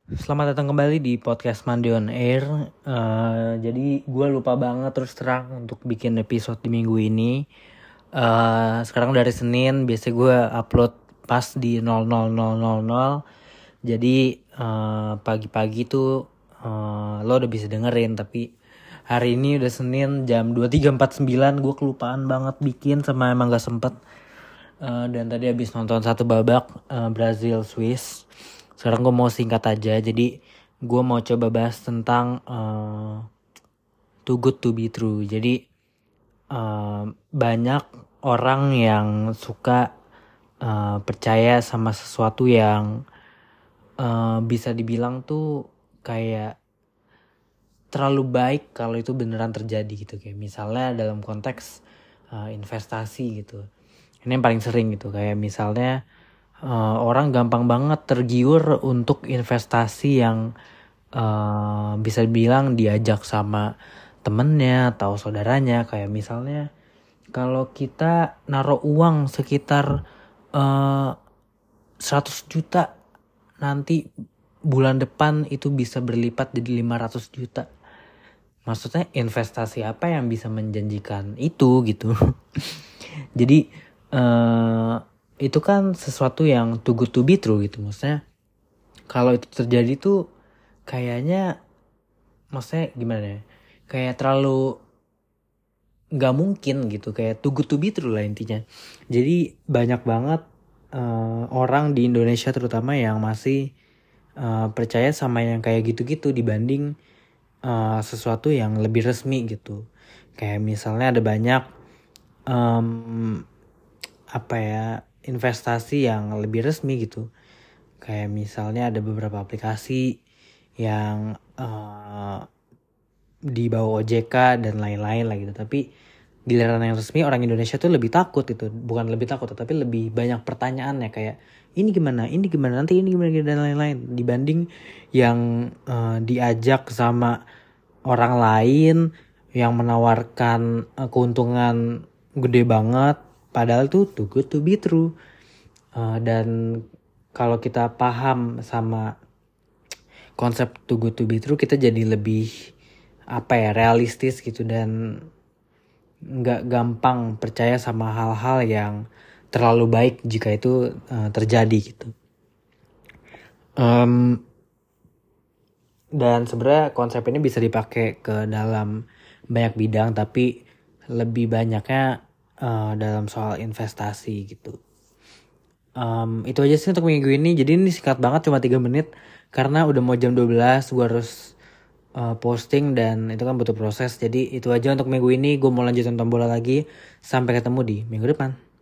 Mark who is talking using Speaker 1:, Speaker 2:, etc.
Speaker 1: Selamat datang kembali di podcast Mandi on Air. Jadi gue lupa banget terus terang untuk bikin episode di minggu ini. Sekarang dari Senin, biasanya gue upload pas di 00.00. Jadi pagi-pagi tuh lo udah bisa dengerin. Tapi hari ini udah Senin jam 23.49. Gue kelupaan banget bikin sama emang gak sempet. Dan tadi habis nonton satu babak Brazil Swiss. Sekarang gue mau singkat aja. Jadi gue mau coba bahas tentang too good to be true. Jadi banyak orang yang suka percaya sama sesuatu yang bisa dibilang tuh kayak terlalu baik kalau itu beneran terjadi gitu. Kayak misalnya dalam konteks investasi gitu. Ini yang paling sering gitu. Kayak misalnya orang gampang banget tergiur untuk investasi yang bisa dibilang diajak sama temennya atau saudaranya. Kayak misalnya kalau kita naruh uang sekitar 100 juta, nanti bulan depan itu bisa berlipat jadi 500 juta. Maksudnya investasi apa yang bisa menjanjikan itu gitu. Jadi itu kan sesuatu yang too good to be true gitu. Maksudnya kalau itu terjadi tuh kayaknya, maksudnya gimana ya, kayak terlalu gak mungkin gitu, kayak too good to be true lah intinya. Jadi banyak banget orang di Indonesia terutama yang masih percaya sama yang kayak gitu-gitu dibanding sesuatu yang lebih resmi gitu. Kayak misalnya ada banyak investasi yang lebih resmi gitu. Kayak misalnya ada beberapa aplikasi yang di bawah OJK dan lain-lain lah gitu. Tapi giliran yang resmi orang Indonesia tuh lebih takut gitu. Bukan lebih takut, tapi lebih banyak pertanyaannya kayak ini gimana, nanti ini gimana dan lain-lain. Dibanding yang diajak sama orang lain yang menawarkan keuntungan gede banget. Padahal tuh too good to be true. Dan kalau kita paham sama konsep too good to be true, kita jadi lebih realistis gitu dan nggak gampang percaya sama hal-hal yang terlalu baik jika itu terjadi gitu. Dan sebenarnya konsep ini bisa dipakai ke dalam banyak bidang, tapi lebih banyaknya dalam soal investasi gitu. Itu aja sih untuk minggu ini. Jadi ini singkat banget, cuma 3 menit. Karena udah mau jam 12, gue harus posting dan itu kan butuh proses. Jadi itu aja untuk minggu ini. Gue mau lanjut nonton bola lagi. Sampai ketemu di minggu depan.